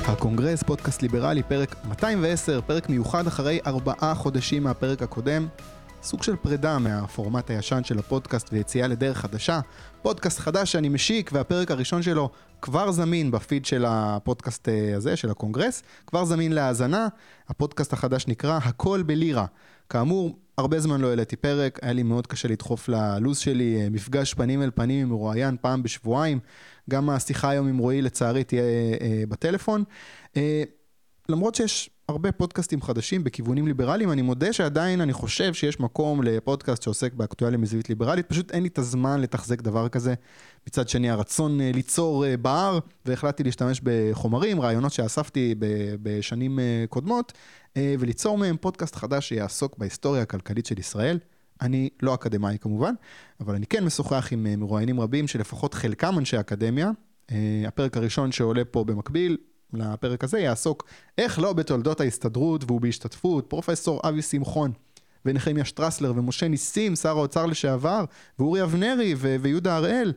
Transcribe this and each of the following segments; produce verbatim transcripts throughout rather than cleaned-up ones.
הקונגרס, פודקאסט ליברלי, פרק מאתיים ועשר, פרק מיוחד אחרי ארבעה חודשים מהפרק הקודם. סוג של פרידה מהפורמט הישן של הפודקאסט ויציאה לדרך חדשה. פודקאסט חדש שאני משיק, והפרק הראשון שלו כבר זמין בפיד של הפודקאסט הזה, של הקונגרס, כבר זמין להאזנה. הפודקאסט החדש נקרא הכל בלירה. כאמור, הרבה זמן לא העליתי פרק, היה לי מאוד קשה לדחוף ללוז שלי, מפגש פנים אל פנים עם רואיין פעם בשבועיים, גם השיחה היום עם רועי לצערי תהיה אה, בטלפון. אה, למרות שיש הרבה פודקאסטים חדשים בכיוונים ליברליים, אני מודה שעדיין אני חושב שיש מקום לפודקאסט שעוסק באקטואליה מזווית ליברלית, פשוט אין לי את הזמן לתחזק דבר כזה. מצד שני הרצון אה, ליצור אה, בער, והחלטתי להשתמש בחומרים, רעיונות שאספתי ב- בשנים אה, קודמות, אה, וליצור מהם פודקאסט חדש שיעסוק בהיסטוריה הכלכלית של ישראל. אני לא אקדמאי כמובן, אבל אני כן משוחח עם מרואיינים רבים שלפחות חלקם אנשי אקדמיה. הפרק הראשון שעולה פה במקביל לפרק הזה יעסוק איך לא בתולדות ההסתדרות, והוא בהשתתפות פרופסור אבי שמחון ונחמיה שטרסלר ומשה ניסים, שר האוצר לשעבר, ואורי אבנרי ו- ויהודה הראל.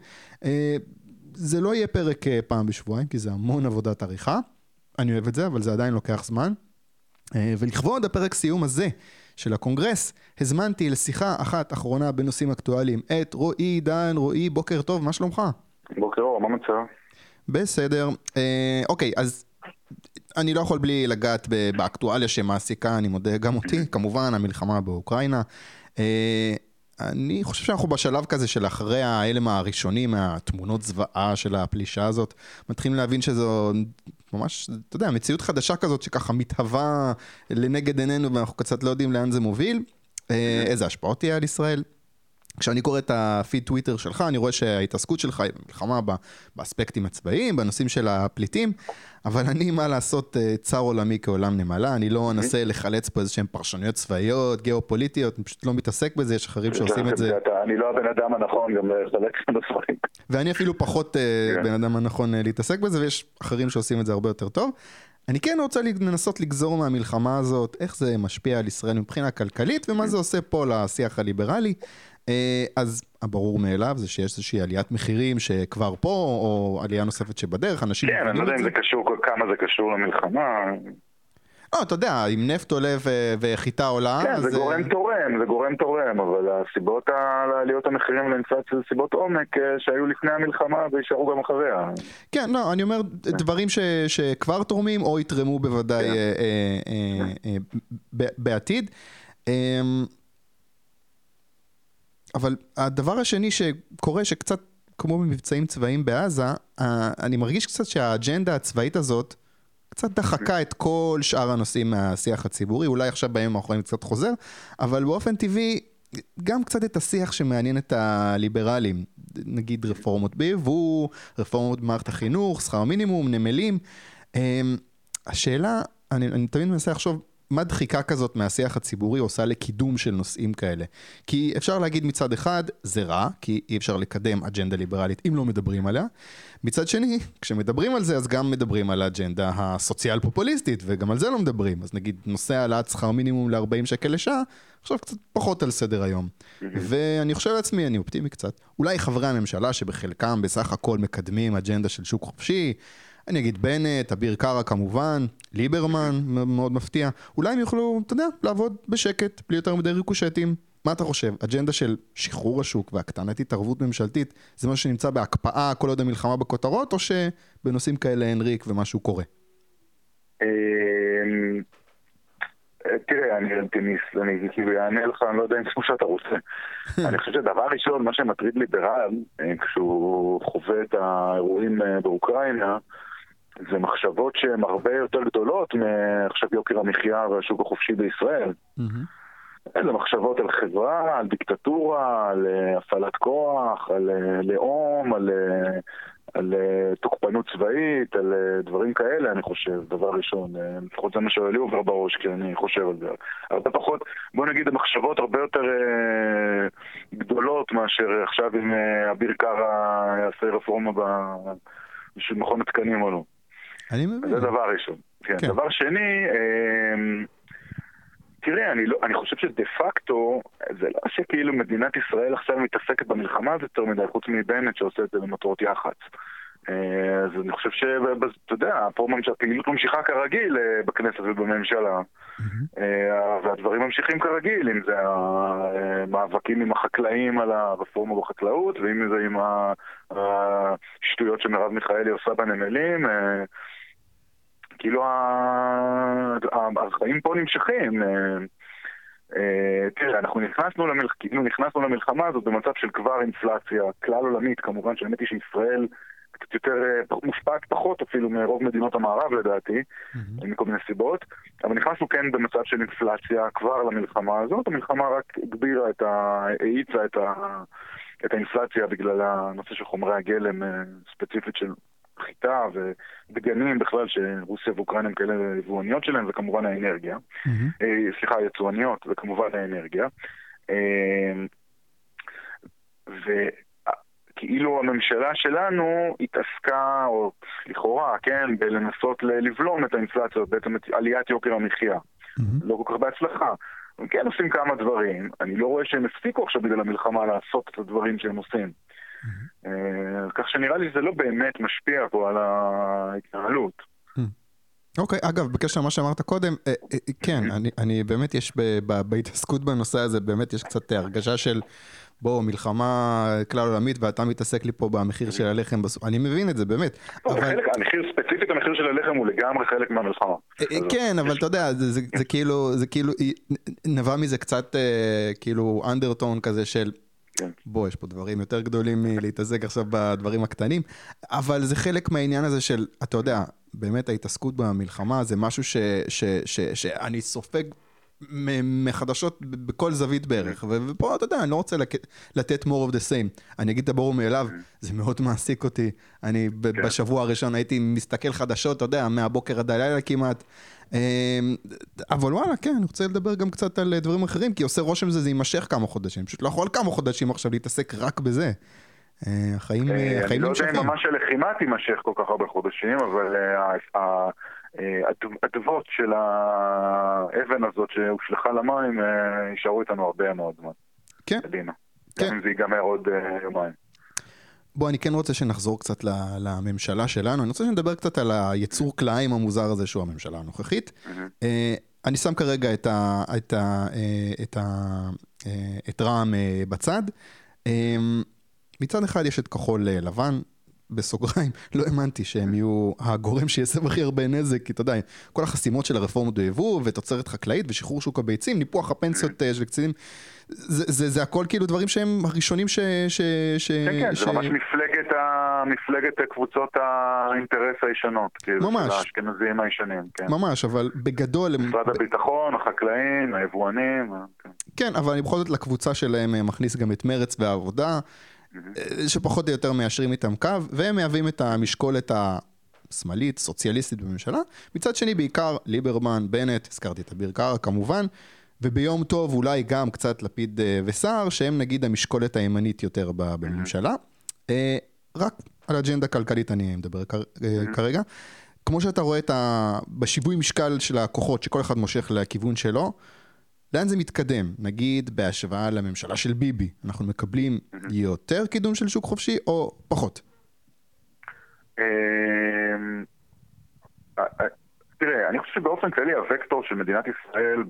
זה לא יהיה פרק פעם בשבועיים, כי זה המון עבודת עריכה. אני אוהב את זה, אבל זה עדיין לוקח זמן. ולכבוד הפרק סיום הזה של הקונגרס, הזמנתי לשיחה אחת אחרונה בנושאים אקטואליים את רועי דן. רועי, בוקר טוב, מה שלומך? בוקר אור, מה מצא? בסדר. אה, אוקיי, אז אני לא יכול בלי לגעת באקטואליה שמעסיקה, אני מודה גם אותי, כמובן, המלחמה באוקראינה. אה, אני חושב שאנחנו בשלב כזה של אחרי האלם הראשוני מהתמונות זוועה של הפלישה הזאת, מתחילים להבין שזו ממש, אתה יודע, מציאות חדשה כזאת שככה מתהווה לנגד עינינו ואנחנו קצת לא יודעים לאן זה מוביל. איזה השפעות תהיה על ישראל? כשאני קורא את הפיד טוויטר שלך, אני רואה שההתעסקות שלך היא מלחמה באספקטים הצבאיים, בנושאים של הפליטים, אבל אני, מה לעשות, צר עולמי כעולם נמלה, אני לא אנסה לחלץ פה איזשהם פרשנויות צבאיות, גיאופוליטיות, אני פשוט לא מתעסק בזה, יש אחרים שעושים את זה. אני לא הבן אדם הנכון גם לחלץ בנושאים. ואני אפילו פחות בן אדם הנכון להתעסק בזה, ויש אחרים שעושים את זה הרבה יותר טוב. אני כן רוצה לנסות לגזור מהמלחמה הזאת, איך זה משפיע על ישראל מבחינה כלכלית, ומה זה עושה פה לשיח הליברלי. אז הברור מאליו זה שיש איזושהי עליית מחירים שכבר פה, או עלייה נוספת שבדרך, אנשים... כן, אני לא יודע אם זה קשור, כמה זה קשור למלחמה. לא, אתה יודע, אם נפט עולה וחיטה עולה... כן, זה גורם תורם, זה גורם תורם, אבל הסיבות לעליות המחירים לאינפלציה זה סיבות עומק שהיו לפני המלחמה וישארו גם אחריה. כן, לא, אני אומר דברים שכבר תורמים או יתרמו בוודאי בעתיד. אבל הדבר השני שקורה, שקצת כמו במבצעים צבאיים בעזה, אני מרגיש קצת שהאג'נדה הצבאית הזאת קצת דחקה את כל שאר הנושאים מהשיח הציבורי, אולי עכשיו בימים האחרונים קצת חוזר, אבל באופן טבעי גם קצת את השיח שמעניין את הליברלים, נגיד רפורמות ביבוא, רפורמות במערכת החינוך, שכר מינימום, נמלים. השאלה, אני, אני תמיד מנסה לחשוב, מה דחיקה כזאת מהשיח הציבורי עושה לקידום של נושאים כאלה? כי אפשר להגיד מצד אחד, זה רע, כי אי אפשר לקדם אג'נדה ליברלית אם לא מדברים עליה. מצד שני, כשמדברים על זה, אז גם מדברים על האג'נדה הסוציאל פופוליסטית, וגם על זה לא מדברים. אז נגיד, נושא העלאת שכר מינימום ל-ארבעים שקל לשעה, עכשיו קצת פחות על סדר היום. ואני חושב לעצמי, אני אופטימי קצת, אולי חברי הממשלה שבחלקם בסך הכל מקדמים אג'נדה של שוק חופשי, אני אגיד בנט, אביר קארה כמובן, ליברמן, מאוד מפתיע. אולי הם יוכלו, אתה יודע, לעבוד בשקט, בלי יותר מדי ריקושטים. מה אתה חושב? אג'נדה של שחרור השוק והקטנת התערבות ממשלתית, זה משהו שנמצא בהקפאה כל עוד המלחמה בכותרות, או שבנושאים כאלה אין ריק ומשהו קורה? תראה, אני טניס, אני כאילו יענה לך, אני לא יודע אם זה שאתה רוצה. אני חושב שדבר ראשון, מה שמטריד ליברל, כשהוא חווה את האירועים באוקראינה, זה מחשבות שהן הרבה יותר גדולות מעכשיו יוקר המחיה והשוק החופשי בישראל. זה מחשבות על חברה, על דיקטטורה, על הפעלת כוח, על לאום, על, על תוקפנות צבאית, על דברים כאלה, אני חושב, דבר ראשון. לפחות זה מה שואלי עובר בראש, כי אני חושב על זה. הרבה פחות, בוא נגיד, המחשבות הרבה יותר גדולות מאשר עכשיו אם אביר קארה יעשה רפורמה בשביל מכון התקנים או לא. אני מבין. זה דבר ראשון. כן. כן. דבר שני, תראה, אני, לא, אני חושב שדה פקטו, זה לא שכאילו מדינת ישראל עכשיו מתעסקת במלחמה, זה יותר מדי, חוץ מבנט שעושה את זה במטרות יח"צ. אז אני חושב שאתה יודע, פה הפעילות ממשיכה כרגיל בכנסת ובממשלה, והדברים ממשיכים כרגיל, אם זה המאבקים עם החקלאים על הרפורמה בחקלאות, ואם זה עם השטויות שמרב מיכאלי עושה בנמלים, כאילו החיים פה נמשכים. תראה, אנחנו נכנסנו למלח... נכנסנו למלחמה הזאת במצב של כבר אינפלציה כלל עולמית, כמובן שהאמת היא שישראל קצת יותר מושפעת פחות אפילו מרוב מדינות המערב לדעתי, מכל מיני סיבות, אבל נכנסנו כן במצב של אינפלציה כבר למלחמה הזאת. המלחמה רק הגבירה את ה... האיצה את, ה... את האינפלציה בגלל הנושא של חומרי הגלם ספציפית של חיטה ודגנים בכלל שרוסיה ואוקראינה הם כאלה יבואניות שלהם, וכמובן האנרגיה. סליחה, יצואניות וכמובן האנרגיה. וכאילו הממשלה שלנו התעסקה, או לכאורה, כן, בלנסות לבלום את האינפלציה, בעצם את עליית יוקר המחיה. לא כל כך בהצלחה. הם כן עושים כמה דברים. אני לא רואה שהם הפסיקו עכשיו בגלל המלחמה לעשות את הדברים שהם עושים. כך שנראה לי שזה לא באמת משפיע פה על ההתנהלות. אוקיי, אגב, בקשר למה שאמרת קודם, כן, אני באמת יש בהתעסקות בנושא הזה, באמת יש קצת הרגשה של בוא, מלחמה כלל עולמית, ואתה מתעסק לי פה במחיר של הלחם, אני מבין את זה, באמת. המחיר, ספציפית המחיר של הלחם הוא לגמרי חלק מהמלחמה. כן, אבל אתה יודע, זה כאילו, זה כאילו, נבע מזה קצת כאילו אנדרטון כזה של בוא, יש פה דברים יותר גדולים מלהתעסק עכשיו בדברים הקטנים, אבל זה חלק מהעניין הזה של, אתה יודע, באמת ההתעסקות במלחמה זה משהו ש, ש, ש, שאני סופג מחדשות בכל זווית בערך, ופה אתה יודע, אני לא רוצה לתת more of the same, אני אגיד את הברור מאליו, זה מאוד מעסיק אותי, אני בשבוע הראשון הייתי מסתכל חדשות, אתה יודע, מהבוקר עד הלילה כמעט, אבל וואלה, כן, אני רוצה לדבר גם קצת על דברים אחרים, כי עושה רושם זה, זה יימשך כמה חודשים, פשוט לא יכול כמה חודשים עכשיו להתעסק רק בזה. החיים נמשכים. אני לא יודע אם ממש הלחימה תימשך כל כך הרבה חודשים, אבל הדבות של האבן הזאת שהושלכה למים יישארו איתנו הרבה מאוד זמן. כן. גם אם זה ייגמר עוד יומיים. בוא, אני כן רוצה שנחזור קצת לממשלה שלנו, אני רוצה שנדבר קצת על היצור כלאיים המוזר הזה שהוא הממשלה הנוכחית. אני שם כרגע את ה, את ה, את ה, את רע"מ בצד. מצד אחד יש את כחול לבן, בסוגריים, לא האמנתי שהם יהיו הגורם שיעשה הכי הרבה נזק, כי אתה יודע, כל החסימות של הרפורמות ביבוא, ותוצרת חקלאית, ושחרור שוק הביצים, ניפוח הפנסיות של קצינים, זה, זה, זה הכל כאילו דברים שהם הראשונים ש... ש, ש כן, כן, ש... זה ממש מפלגת, ה, מפלגת קבוצות האינטרס הישנות, כאילו, ממש. של האשכנזים הישנים, כן. ממש, אבל בגדול... משרד הביטחון, החקלאים, היבואנים, כן. כן, אבל אני בכל זאת לקבוצה שלהם מכניס גם את מרץ והעבודה, שפחות או יותר מיישרים איתם קו, והם מהווים את המשקולת השמאלית, סוציאליסטית בממשלה. מצד שני, בעיקר ליברמן, בנט, הזכרתי את אביר קארה כמובן, וביום טוב אולי גם קצת לפיד וסער, שהם נגיד המשקולת הימנית יותר בממשלה. רק על אג'נדה כלכלית אני מדבר כרגע. כמו שאתה רואה את ה... בשיווי משקל של הכוחות, שכל אחד מושך לכיוון שלו, לאן זה מתקדם? נגיד בהשוואה לממשלה של ביבי, אנחנו מקבלים יותר קידום של שוק חופשי או פחות? תראה, אני חושב שבאופן כללי הוקטור של מדינת ישראל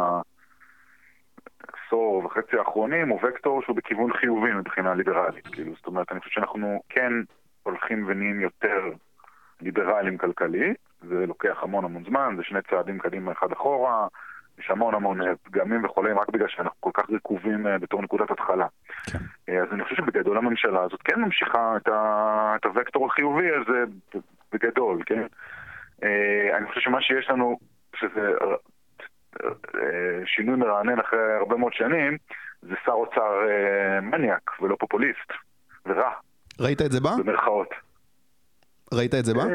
בעשור וחצי האחרונים הוא וקטור שהוא בכיוון חיובי מבחינה ליברלית. זאת אומרת, אני חושב שאנחנו כן הולכים ונהיים יותר ליברליים כלכלית, זה לוקח המון המון זמן, זה שני צעדים קדימה אחד אחורה, יש המון המון פגמים וחולים רק בגלל שאנחנו כל כך רקובים בתור נקודת התחלה. כן. אז אני חושב שבגדול הממשלה הזאת כן ממשיכה את, ה... את הוקטור החיובי הזה בגדול, כן? אני חושב שמה שיש לנו, שזה שינוי מרענן אחרי הרבה מאוד שנים, זה שר אוצר מניאק ולא פופוליסט, ורע. ראית את זה בה? במרכאות. ראית את זה בה?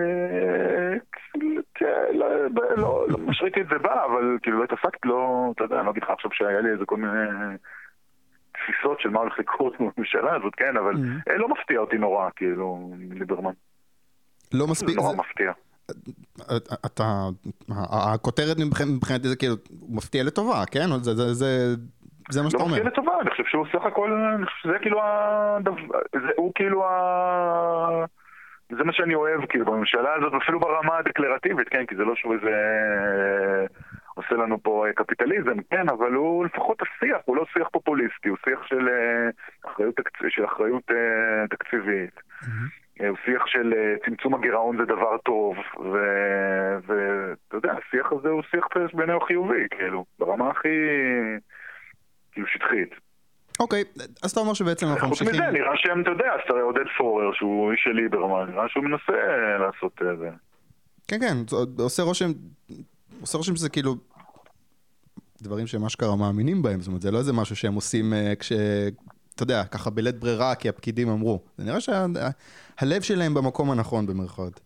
לא, לא משריתי את זה בה, אבל כאילו לא התעסקת, לא, אתה יודע, אני לא אגיד לך עכשיו שהיה לי איזה כל מיני תפיסות של מה הולך לקרות בממשלה הזאת, כן, אבל לא מפתיע אותי נורא, כאילו, ליברמן. לא מספיק? נורא מפתיע. אתה, הכותרת מבחינתי זה כאילו, הוא מפתיע לטובה, כן? זה, זה, זה, זה מה שאתה אומר. לא מפתיע לטובה, אני חושב שהוא סך הכל, אני חושב שזה כאילו, הוא כאילו זה מה שאני אוהב, כאילו, בממשלה הזאת, אפילו ברמה הדקלרטיבית, כן, כי זה לא שהוא איזה... עושה לנו פה קפיטליזם, כן, אבל הוא לפחות השיח, הוא לא שיח פופוליסטי, הוא שיח של אחריות, של אחריות תקציבית. הוא שיח של צמצום הגירעון זה דבר טוב, ואתה יודע, השיח הזה הוא שיח בעיניו חיובי, כאילו, ברמה הכי, כאילו, שטחית. אוקיי, אז אתה אומר שבעצם אנחנו ממשיכים... חוץ מזה, נראה שהם, אתה יודע, אז עודד פורר, שהוא איש של ליברמן, נראה שהוא מנסה לעשות את זה. כן, כן, עושה רושם, עושה רושם שזה כאילו דברים שמה שקרה מאמינים בהם, זאת אומרת, זה לא איזה משהו שהם עושים כש... אתה יודע, ככה בלית ברירה, כי הפקידים אמרו. זה נראה שהלב שלהם במקום הנכון במרכאות.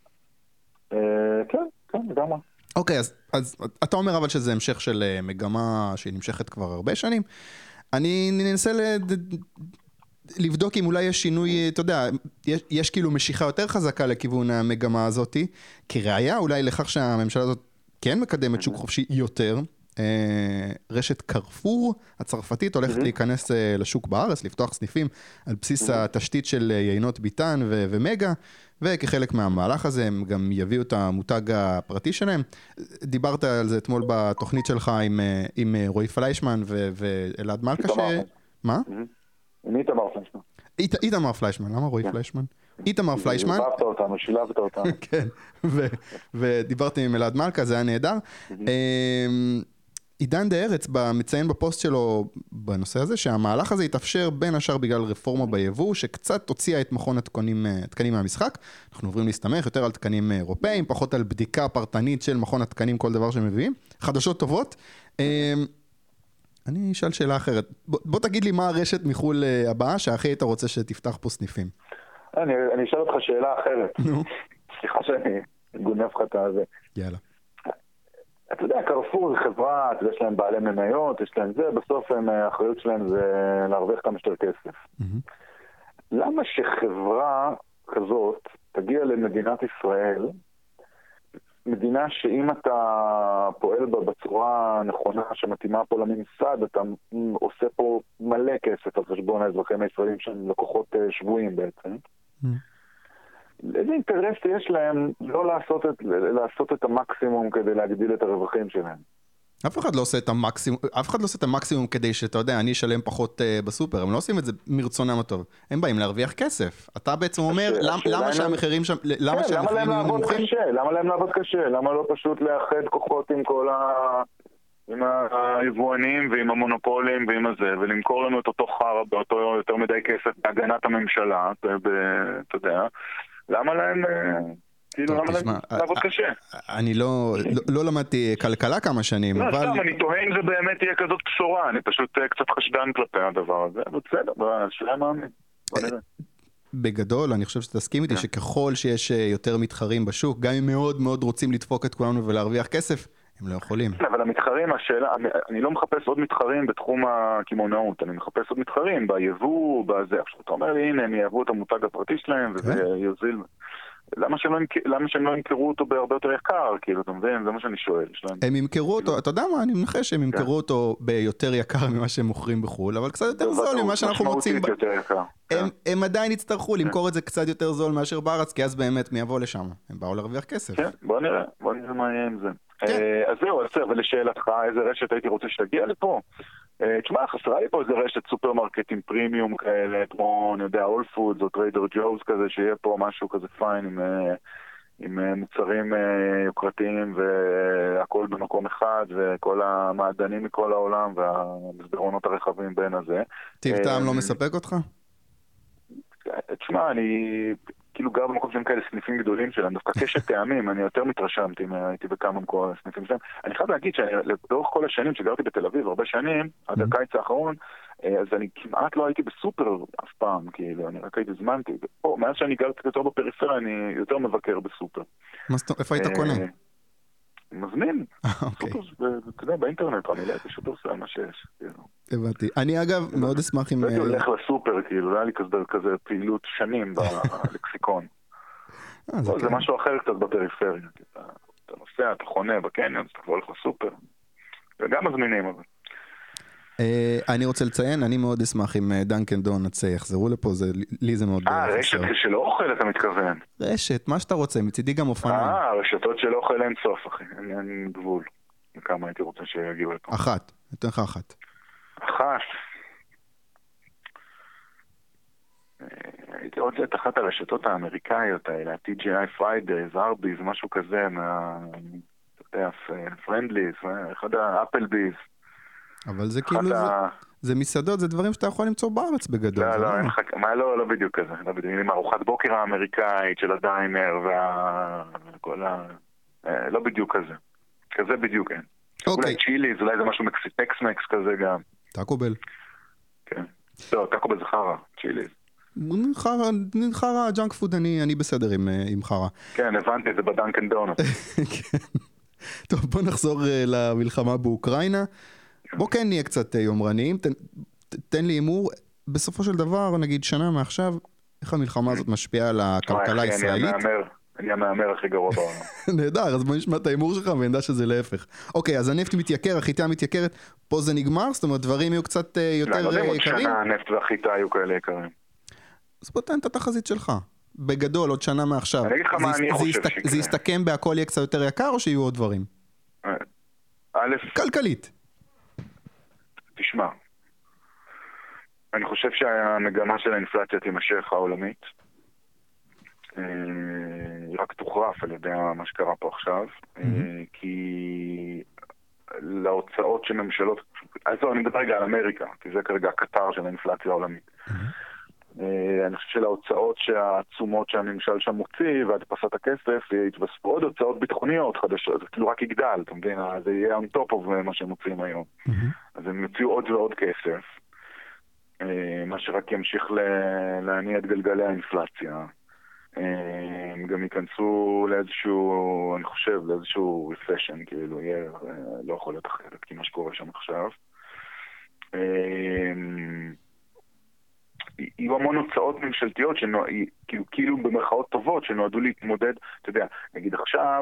כן, כן, לגמרי. אוקיי, אז אתה אומר אבל שזה המשך של מגמה שהיא נמשכת כבר הרבה שנים. אני ננסה לבדוק אם אולי יש שינוי, אתה יודע, יש כאילו משיכה יותר חזקה לכיוון המגמה הזאת, כראיה אולי לכך שהממשלה הזאת כן מקדמת שוק חופשי יותר, רשת קרפור הצרפתית הולכת להיכנס לשוק בארץ, לפתוח סניפים על בסיס התשתית של יינות ביטן ומגה, וכחלק מהמהלך הזה הם גם יביאו את המותג הפרטי שלהם. דיברת על זה אתמול בתוכנית שלך עם, עם רועי פליישמן ואלעד מלכה ש... מה? עם איתמר פליישמן. איתמר פליישמן, למה רועי פליישמן? איתמר פליישמן. שילבת אותנו, שילבת אותנו. כן, ודיברתי עם אלעד מלכה, זה היה נהדר. עידן דה ארץ מציין בפוסט שלו בנושא הזה, שהמהלך הזה יתאפשר בין השאר בגלל רפורמה ביבוא, שקצת הוציאה את מכון התקנים, התקנים מהמשחק. אנחנו עוברים להסתמך יותר על תקנים אירופאים, פחות על בדיקה פרטנית של מכון התקנים, כל דבר שמביאים. חדשות טובות. אני אשאל שאלה אחרת. בוא תגיד לי מה הרשת מחול הבאה, שהכי היית רוצה שתפתח פה סניפים. אני, אני אשאל אותך שאלה אחרת. נו. סליחה שאני גונב לך את הזה. יאללה. אתה יודע, קרפור זה חברה, יש להם בעלי מניות, יש להם זה, בסוף הם, האחריות שלהם זה להרוויח כמה שיותר כסף. Mm-hmm. למה שחברה כזאת תגיע למדינת ישראל, מדינה שאם אתה פועל בה בצורה נכונה שמתאימה פה לממסד, אתה עושה פה מלא כסף על חשבון האזרחים הישראלים שהם לקוחות שבויים בעצם. Mm-hmm. איזה אינטרס יש להם לא לעשות את, לעשות את המקסימום כדי להגדיל את הרווחים שלהם? אף אחד לא עושה את המקסימום, אף אחד לא עושה את המקסימום כדי שאתה יודע, אני אשלם פחות uh, בסופר, הם לא עושים את זה מרצונם הטוב. הם באים להרוויח כסף. אתה בעצם אומר, למה, למה שהמחירים שם, למה כן, שהמחירים יהיו נמוכים? קשה, למה להם לעבוד קשה? למה לא פשוט לאחד כוחות עם כל ה... עם היבואנים ועם המונופולים ועם הזה, ולמכור לנו את אותו חרא באותו יותר מדי כסף בהגנת הממשלה, אתה יודע, למה להם, כאילו, למה להם לעבוד קשה? אני לא למדתי כלכלה כמה שנים, אבל... לא, סתם, אני תוהה אם זה באמת יהיה כזאת בשורה, אני פשוט קצת חשדן כלפי הדבר הזה, אבל בסדר, בשביל מאמין. בגדול, אני חושב שתסכים איתי שככל שיש יותר מתחרים בשוק, גם אם מאוד מאוד רוצים לדפוק את כולנו ולהרוויח כסף, הם לא יכולים. אבל המתחרים, השאלה, אני לא מחפש עוד מתחרים בתחום הכימונאות, אני מחפש עוד מתחרים ביבוא, בזה. עכשיו, אתה אומר לי, הנה, הם יעבו את המותג הפרטי שלהם, וזה יוזיל. למה שהם לא, למה שהם לא ימכרו אותו בהרבה יותר יקר? כאילו, אתה מבין? זה מה שאני שואל. הם ימכרו אותו, אתה יודע מה? אני מנחש שהם ימכרו אותו ביותר יקר ממה שהם מוכרים בחול, אבל קצת יותר זול ממה שאנחנו מוצאים. הם עדיין יצטרכו למכור את זה קצת יותר זול מאשר בארץ, כי אז באמת מי יבוא לשם? הם באו להרוויח כסף. כן, בוא נראה, בוא נראה מה יהיה עם זה. אז זהו, אז זהו, ולשאלתך, איזה רשת הייתי רוצה שתגיע לפה? תשמע, חסרה לי פה איזה רשת סופרמרקטים פרימיום כאלה, כמו, אני יודע, אול פודס או טריידר ג'וז כזה, שיהיה פה משהו כזה פיין עם, עם מוצרים יוקרתיים והכל במקום אחד, וכל המעדנים מכל העולם והמסדרונות הרחבים בין הזה. טיב טעם לא מספק אותך? תשמע, אני כאילו גר במקום שהם כאלה סניפים גדולים שלהם, דווקא קשת טעמים, אני יותר מתרשמתי הייתי בכמה מקום סניפים שלהם. אני חייב להגיד שלאורך כל השנים שגרתי בתל אביב, הרבה שנים, עד הקיץ האחרון, אז אני כמעט לא הייתי בסופר אף פעם, כאילו, אני רק הייתי זמנתי. פה, מאז שאני גרתי יותר בפריפריה, אני יותר מבקר בסופר. איפה היית קונה? מזמין. סופר, אתה יודע, באינטרנט, אני לא הייתי פשוט עושה מה שיש. הבנתי. אני אגב מאוד אשמח אם... הייתי הולך לסופר, כאילו, לא היה לי כזה פעילות שנים בלקסיקון. זה משהו אחר קצת בפריפריה. אתה נוסע, אתה חונה בקניון, אתה כבר הולך לסופר. וגם מזמינים, אבל... אני רוצה לציין, אני מאוד אשמח אם דנקן דונלדס יחזרו לפה, לי זה מאוד... אה, רשת של אוכל אתה מתכוון? רשת, מה שאתה רוצה, מצידי גם אופניים. אה, רשתות של אוכל אין סוף, אחי, אין גבול. כמה הייתי רוצה שיגיעו לפה. אחת, נותן לך אחת. אחת. הייתי רוצה את אחת הרשתות האמריקאיות האלה, ה-טי ג'י איי Fridays, Arby's, משהו כזה, מה... אתה יודע, פרנדליז, אחד האפלביז. אבל זה כאילו, זה מסעדות, זה דברים שאתה יכול למצוא בארץ בגדול. לא, לא, מה לא, לא בדיוק כזה, לא בדיוק, עם ארוחת בוקר האמריקאית של הדיינר וכל ה... לא בדיוק כזה. כזה בדיוק אין. אולי צ'יליז, אולי זה משהו מקס-מקס כזה גם. טאקובל. כן. לא, טאקובל זה חרה, צ'יליז. חרה, ג'אנק פוד, אני בסדר עם חרה. כן, הבנתי, זה בדנקן דונלדס. כן. טוב, בוא נחזור למלחמה באוקראינה. בוא כן נהיה קצת יומרניים. תן לי אימור, בסופו של דבר, נגיד שנה מעכשיו, איך המלחמה הזאת משפיעה על הכלכלה הישראלית? אני המאמר הכי גרוע בעולם. נהדר, אז בוא נשמע את האימור שלך ונדע שזה להפך. אוקיי, אז הנפט מתייקר, החיטה מתייקרת, פה זה נגמר? זאת אומרת, דברים יהיו קצת יותר יקרים? לא, לא עוד שנה הנפט והחיטה היו כאלה יקרים. אז בוא תן את התחזית שלך. בגדול, עוד שנה מעכשיו. אני אגיד לך מה אני חושב שיקרה. זה יסתכם בהכל יהיה קצת יותר יקר, או שיהיו עוד דברים? א', כלכלית. תשמע, אני חושב שהמגמה של האינפלציה תימשך העולמית. היא רק תוחרף על ידי מה שקרה פה עכשיו, כי להוצאות של ממשלות, אז לא, אני מדבר רגע על אמריקה, כי זה כרגע הקטר של האינפלציה העולמית. אני חושב שלהוצאות שהעצומות שהממשל שם מוציא והדפסת הכסף, יתווספו עוד הוצאות ביטחוניות חדשות, זה כאילו רק יגדל, אתה מבין? זה יהיה on top of מה שהם מוציאים היום. אז הם יוציאו עוד ועוד כסף, מה שרק ימשיך להניע את גלגלי האינפלציה. הם גם ייכנסו לאיזשהו, אני חושב, לאיזשהו רפשן, כאילו, יהיה, לא יכול להיות אחרת, כי מה שקורה שם עכשיו. יהיו המון הוצאות ממשלתיות, כאילו במרכאות טובות, שנועדו להתמודד, אתה יודע, נגיד עכשיו,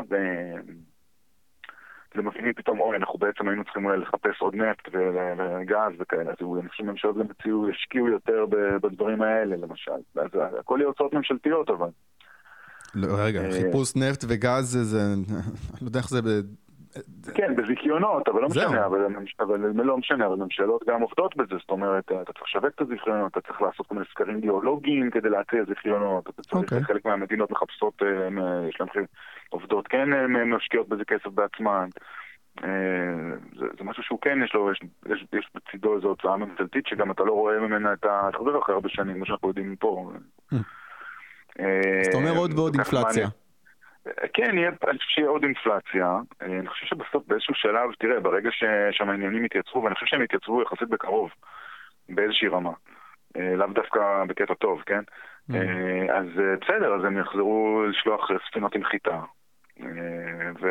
זה מבינים פתאום, אוי, אנחנו בעצם היינו צריכים אולי לחפש עוד נפט וגז וכאלה, אז אני חושב שממשלות גם הציעו, ישקיעו יותר בדברים האלה, למשל. אז הכל יהיה הוצאות ממשלתיות, אבל. לא, רגע, חיפוש נפט וגז, זה, אני לא יודע איך זה... כן, בזיכיונות, אבל לא משנה, אבל לא משנה, אבל ממשלות גם עובדות בזה, זאת אומרת, אתה צריך לשווק את הזיכיונות, אתה צריך לעשות כל מיני סקרים גיאולוגיים כדי להציע זיכיונות, אתה צריך, חלק מהמדינות מחפשות, יש להם עובדות, כן, משקיעות בזה כסף בעצמן, זה משהו שהוא כן, יש לו, יש בצידו איזו הוצאה ממשלתית, שגם אתה לא רואה ממנה את ההחזר אחרי הרבה שנים, כמו שאנחנו יודעים פה. אז אתה אומר עוד ועוד אינפלציה. כן, אני חושב שיהיה עוד אינפלציה. אני חושב שבסוף באיזשהו שלב, תראה, ברגע ששם העניינים יתייצבו, ואני חושב שהם יתייצבו יחסית בקרוב, באיזושהי רמה. לאו דווקא בקטע טוב, כן? אז בסדר, אז הם יחזרו לשלוח ספינות עם חיטה. ו...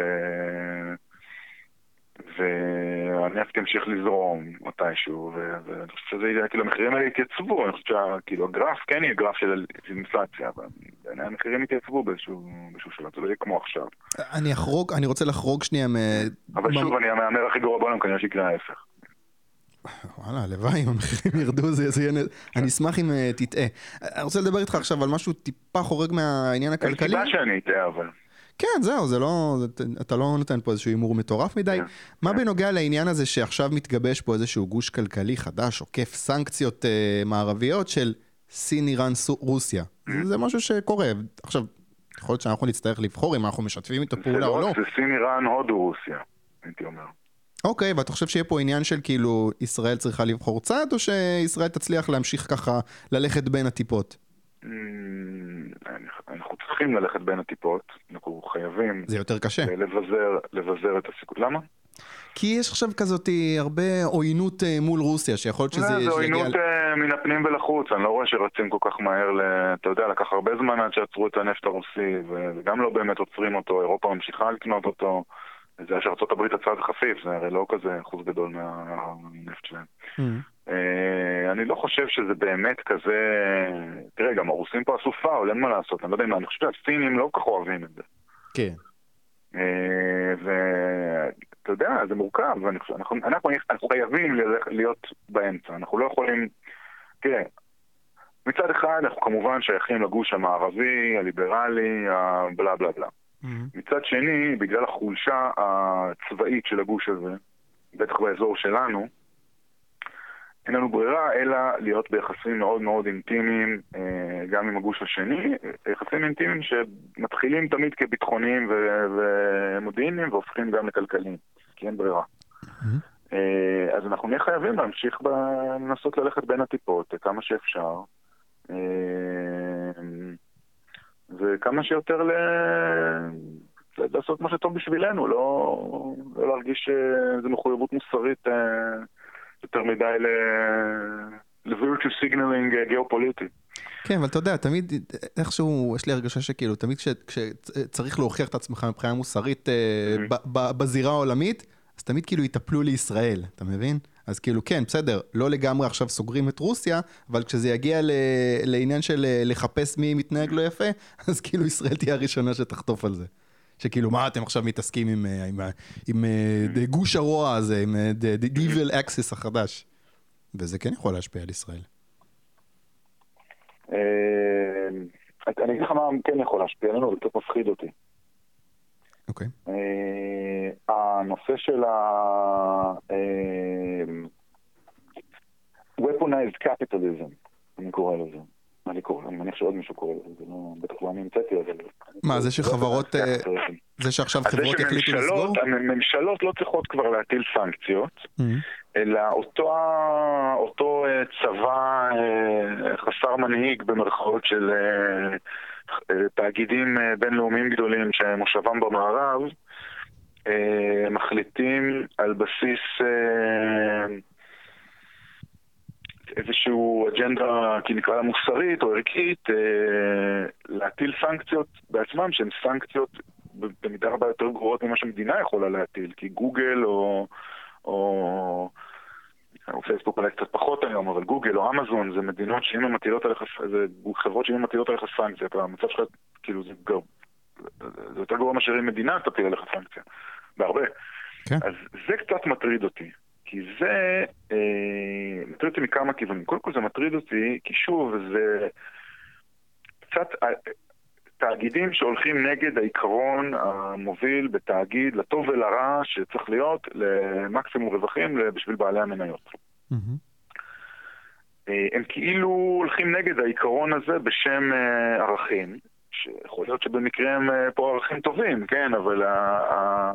והנפט ימשיך לזרום מתישהו, ואני חושב שזה יהיה, כאילו, המחירים האלה יתייצבו, אני חושב שכאילו, הגרף כן יהיה גרף של אינפלציה, אבל המחירים יתייצבו באיזשהו שלב, זה לא יהיה כמו עכשיו. אני אחרוג, אני רוצה לחרוג שנייה מ... אבל שוב, אני המאמר הכי גרוע בעולם, כנראה שיקרה ההפך. וואלה, הלוואי, אם המחירים ירדו, זה יהיה... אני אשמח אם תטעה. אני רוצה לדבר איתך עכשיו על משהו טיפה חורג מהעניין הכלכלי. אין סיבה שאני אטעה, אבל... כן, זהו, זה לא, אתה לא נותן פה איזשהו אימור מטורף מדי. מה בנוגע לעניין הזה שעכשיו מתגבש פה איזשהו גוש כלכלי חדש, עוקף סנקציות מערביות של סין, איראן, רוסיה? זה משהו שקורה. עכשיו, יכול להיות שאנחנו נצטרך לבחור אם אנחנו משתפים איתו פעולה או לא. זה סין, איראן, הודו, רוסיה, הייתי אומר. אוקיי, ואתה חושב שיהיה פה עניין של כאילו ישראל צריכה לבחור צד, או שישראל תצליח להמשיך ככה ללכת בין הטיפות? אנחנו צריכים ללכת בין הטיפות, אנחנו חייבים... זה יותר קשה. לבזר, לבזר את הסיכוי. למה? כי יש עכשיו כזאת הרבה עוינות מול רוסיה, שיכול להיות שזה... זה עוינות מן הפנים ולחוץ, אני לא רואה שרצים כל כך מהר, אתה יודע, לקח הרבה זמן עד שעצרו את הנפט הרוסי, וגם לא באמת עוצרים אותו, אירופה ממשיכה לקנות אותו, זה שארצות הברית הצעת חפיף, זה הרי לא כזה אחוז גדול מהנפט שלהם. אני לא חושב שזה באמת כזה... תראה, גם הרוסים פה אסופה, או אין מה לעשות, אני לא יודע אם... אני חושב שהסינים לא כל כך אוהבים את זה. כן. אתה יודע, זה מורכב, אנחנו, אנחנו, אנחנו חייבים להיות באמצע, אנחנו לא יכולים, תראה, מצד אחד אנחנו כמובן שייכים לגוש המערבי, הליברלי, הבלה בלה בלה. Mm-hmm. מצד שני, בגלל החולשה הצבאית של הגוש הזה, בטח באזור שלנו, אין לנו ברירה אלא להיות ביחסים מאוד מאוד אינטימיים, גם עם הגוש השני, יחסים אינטימיים שמתחילים תמיד כביטחוניים ומודיעיניים והופכים גם לכלכליים, כי אין ברירה. Mm-hmm. אז אנחנו נהיה חייבים להמשיך לנסות ללכת בין הטיפות כמה שאפשר, וכמה שיותר ל... לעשות מה שטוב בשבילנו, לא, לא להרגיש שזו מחויבות מוסרית יותר מדי ל-virtue signaling גיאופוליטי. כן, אבל אתה יודע, תמיד איכשהו, יש לי הרגשה שכאילו, תמיד כשצריך להוכיח את עצמך מבחינה מוסרית בזירה העולמית, אז תמיד כאילו יטפלו לישראל, אתה מבין? אז כאילו כן, בסדר, לא לגמרי עכשיו סוגרים את רוסיה, אבל כשזה יגיע ל- לעניין של לחפש מי מתנהג לא יפה, אז כאילו ישראל תהיה הראשונה שתחטוף על זה. שכאילו מה אתם עכשיו מתעסקים עם, עם, עם, עם גוש הרוע הזה, עם the evil axis החדש. וזה כן יכול להשפיע על ישראל. אני אגיד לך מה כן יכול להשפיע עלינו, זה קצת מפחיד אותי. אוקיי. הנושא של ה... weaponized capitalism, אני קורא לזה. אני קורא, אני מניח שעוד מישהו קורא לזה, זה לא, בטח לא אני המצאתי, אבל... מה, זה שחברות... זה שעכשיו חברות יחליטו לסגור? הממשלות לא צריכות כבר להטיל סנקציות, אלא אותו צבא חסר מנהיג במרכאות של תאגידים בינלאומיים גדולים שמושבם במערב, מחליטים על בסיס איזשהו אג'נדה, כי נקרא לה מוסרית או ערכית, להטיל סנקציות בעצמם, שהן סנקציות במידה רבה יותר גרועות ממה שמדינה יכולה להטיל, כי גוגל או, או, או פייסבוק אולי קצת פחות היום, אבל גוגל או אמזון זה מדינות שאם הן מטילות עליך, זה חברות שאם הן מטילות עליך סנקציות, המצב שלך כאילו זה, גר, זה יותר גרוע מאשר אם מדינה תטיל עליך סנקציה, בהרבה. כן. אז זה קצת מטריד אותי. כי זה אה, מטריד אותי מכמה כיוונים. קודם כל זה מטריד אותי, כי שוב זה קצת אה, תאגידים שהולכים נגד העיקרון המוביל בתאגיד, לטוב ולרע שצריך להיות למקסימום רווחים בשביל בעלי המניות. Mm-hmm. אה, הם כאילו הולכים נגד העיקרון הזה בשם אה, ערכים, שיכול להיות שבמקרה הם אה, פה ערכים טובים, כן, אבל ה... ה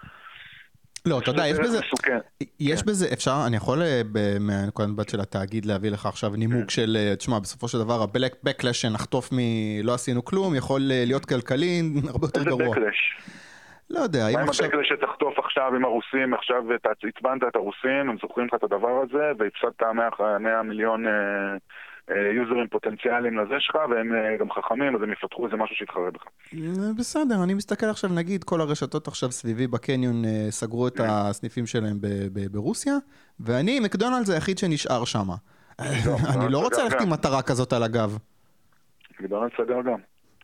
לא, אתה יודע, יש בזה, יש בזה, אפשר, אני יכול מהנקודת מבט של התאגיד להביא לך עכשיו נימוק של, תשמע, בסופו של דבר, ה-backlash שנחטוף מלא עשינו כלום, יכול להיות כלכלי הרבה יותר גרוע. איזה backlash? לא יודע, מה עם ה-backlash שתחטוף עכשיו עם הרוסים, עכשיו הצבנת את הרוסים, הם זוכרים לך את הדבר הזה, והפסדת מאה מיליון יוזרים פוטנציאליים לזה שלך, והם גם חכמים, אז הם יפתחו איזה משהו שיתחרה בך. בסדר, אני מסתכל עכשיו, נגיד, כל הרשתות עכשיו סביבי בקניון סגרו את הסניפים שלהם ברוסיה, ואני, מקדונלדס זה היחיד שנשאר שם. אני לא רוצה ללכת עם מטרה כזאת על הגב. מקדונלדס סגר גם.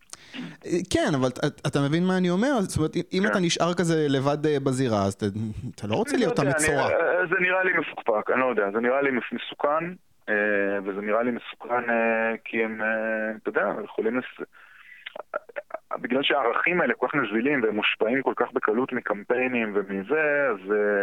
כן, אבל אתה מבין מה אני אומר? זאת אומרת, אם אתה נשאר כזה לבד בזירה, אז אתה לא רוצה להיות המצורע. זה נראה לי מפוקפק, אני לא יודע, זה נראה לי מסוכן. וזה נראה לי מסוכן כי הם, אתה יודע, יכולים לס... בגלל שהערכים האלה כל כך נזילים והם מושפעים כל כך בקלות מקמפיינים ומזה, אז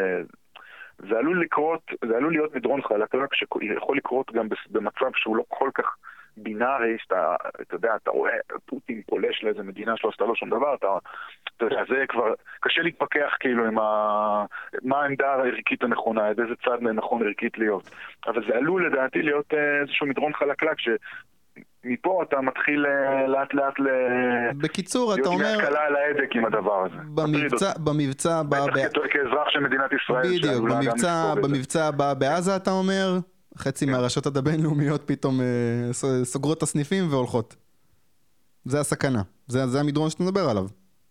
זה עלול לקרות, זה עלול להיות מדרון חלקלק שיכול לקרות גם במצב שהוא לא כל כך בינארי, שאתה, אתה יודע, אתה רואה פוטין פולש לאיזה מדינה שלא עשתה לו שום דבר, אתה, אתה יודע, זה כבר קשה להתפקח כאילו עם ה... מה העמדה הערכית הנכונה, איזה צד נכון ערכית להיות. אבל זה עלול לדעתי להיות איזשהו מדרון חלקלק שמפה אתה מתחיל לאט לאט ל... בקיצור, אתה אומר... להיות עם הקלה על ההדק עם הדבר הזה. במבצע, במבצע... בטח כאזרח של מדינת ישראל. בדיוק, במבצע, במבצע הבא בעזה אתה אומר... חצי מהרשתות הבינלאומיות פתאום סוגרות את הסניפים והולכות. זה הסכנה. זה, זה המדרון שאתה מדבר עליו.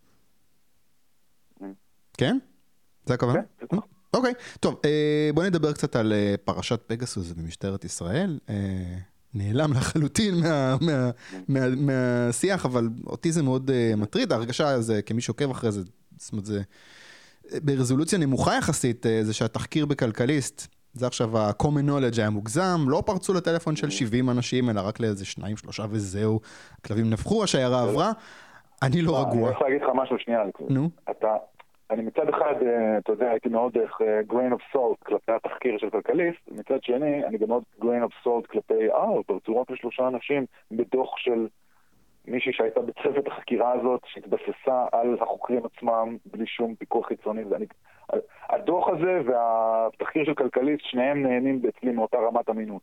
כן? זה הכוונה? אוקיי. טוב, בוא נדבר קצת על פרשת פגסוס במשטרת ישראל. נעלם לחלוטין מה, מה, מה, מהשיח, אבל אותי זה מאוד מטריד. ההרגשה זה, כמי שעוקב אחרי זה, זאת אומרת, זה... ברזולוציה נמוכה יחסית, זה שהתחקיר בכלכליסט, זה עכשיו ה-common knowledge היה מוגזם, לא פרצו לטלפון של שבעים אנשים, אלא רק לאיזה שניים, שלושה וזהו, הכלבים נפחו, השיירה עברה, אני לא רגוע. אני רוצה להגיד לך משהו שנייה, נו? אתה, אני מצד אחד, אתה יודע, הייתי מאוד grain of salt כלפי התחקיר של כלכליסט, מצד שני, אני גם מאוד grain of salt כלפי, אה, פרצו רק לשלושה אנשים בדוח של מישהי שהייתה בצוות החקירה הזאת, שהתבססה על החוקרים עצמם, בלי שום פיקוח חיצוני. ואני, הדוח הזה והתחקיר של כלכליסט, שניהם נהנים אצלי מאותה רמת אמינות.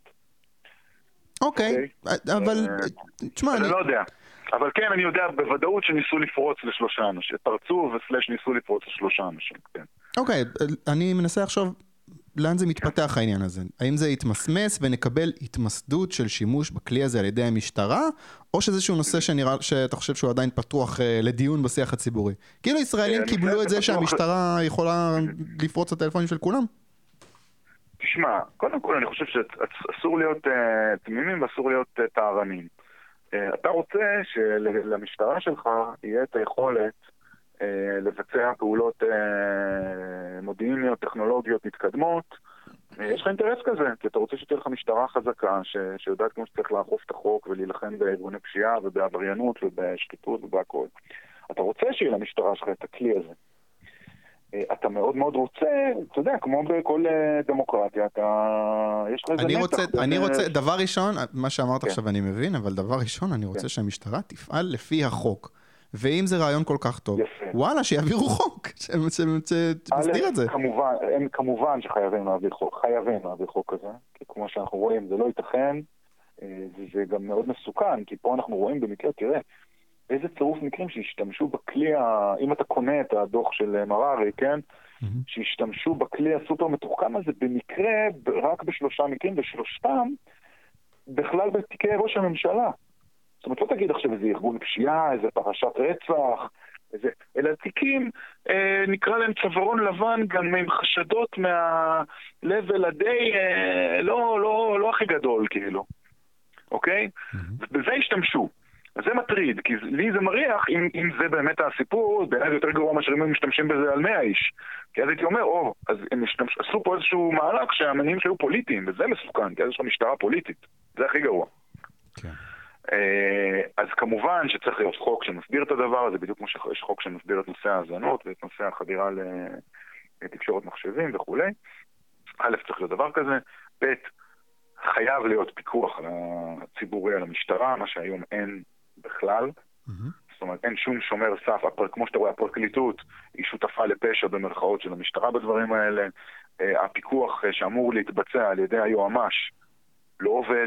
אוקיי, אבל, תשמע, אני לא יודע. אבל כן, אני יודע בוודאות שניסו לפרוץ לשלושה אנשים. פרצו וסלש ניסו לפרוץ לשלושה אנשים, כן. אוקיי, אני מנסה לחשוב לאן זה מתפתח העניין הזה. האם זה יתמסמס ונקבל התמסדות של שימוש בכלי הזה על ידי המשטרה, או שזה איזשהו נושא שנראה, שאתה חושב שהוא עדיין פתוח לדיון בשיח הציבורי? כאילו ישראלים קיבלו את זה שהמשטרה יכולה לפרוץ את הטלפונים של כולם? תשמע, קודם כל אני חושב שאסור להיות תמימים ואסור להיות טהרנים. אתה רוצה שלמשטרה שלך יהיה את היכולת לבצע פעולות מודיעיניות, טכנולוגיות מתקדמות. יש לך אינטרס כזה, כי אתה רוצה שתהיה לך משטרה חזקה, שיודעת כמו שצריך לאכוף את החוק ולהילחם בארגוני פשיעה ובעבריינות ובשחיתות ובהכל. אתה רוצה שיהיה למשטרה שלך את הכלי הזה. אתה מאוד מאוד רוצה, אתה יודע, כמו בכל דמוקרטיה, אתה... יש לך איזה אני נתח. רוצה, בין... אני רוצה, דבר ראשון, מה שאמרת כן. עכשיו אני מבין, אבל דבר ראשון, אני רוצה כן. שהמשטרה תפעל לפי החוק. ואם זה רעיון כל כך טוב, יפה. וואלה, שיעבירו חוק, שמסדיר את זה. כמובן, הם כמובן שחייבים להעביר חוק, חייבים להעביר חוק כזה, כי כמו שאנחנו רואים, זה לא ייתכן, זה גם מאוד מסוכן, כי פה אנחנו רואים במקרה, תראה, איזה צירוף מקרים שהשתמשו בכלי, ה... אם אתה קונה את הדוח של מררי, כן? Mm-hmm. שהשתמשו בכלי הסופר מתוחכם הזה, במקרה, רק בשלושה מקרים, ושלושתם, בכלל בתיקי ראש הממשלה. זאת אומרת, לא תגיד עכשיו איזה ארגון פשיעה, איזה פרשת רצח, איזה... אלא תיקים, אה, נקרא להם צווארון לבן, גם עם חשדות מהלבל הדי, אה, לא, לא, לא הכי גדול, כאילו. אוקיי? Mm-hmm. ובזה השתמשו. אז זה מטריד, כי לי זה מריח, אם, אם זה באמת הסיפור, בעיניי זה יותר גרוע מאשר אם הם משתמשים בזה על מאה איש. כי אז הייתי אומר, או, אז הם משתמש, עשו פה איזשהו מהלך שהמניעים שהיו פוליטיים, וזה מסוכן, כי אז יש לך משטרה פוליטית. זה הכי גרוע. כן. אז כמובן שצריך להיות חוק שמסביר את הדבר הזה, בדיוק כמו שיש חוק שמסביר את נושא ההזנות, ואת נושא החדירה לתקשורת מחשבים וכו'. א', צריך להיות דבר כזה, ב', חייב להיות פיקוח הציבורי על המשטרה, מה שהיום אין בכלל. Mm-hmm. זאת אומרת, אין שום שומר סף, כמו שאתה רואה, הפרקליטות היא שותפה לפשע במרכאות של המשטרה בדברים האלה. הפיקוח שאמור להתבצע על ידי היועמ"ש לא עובד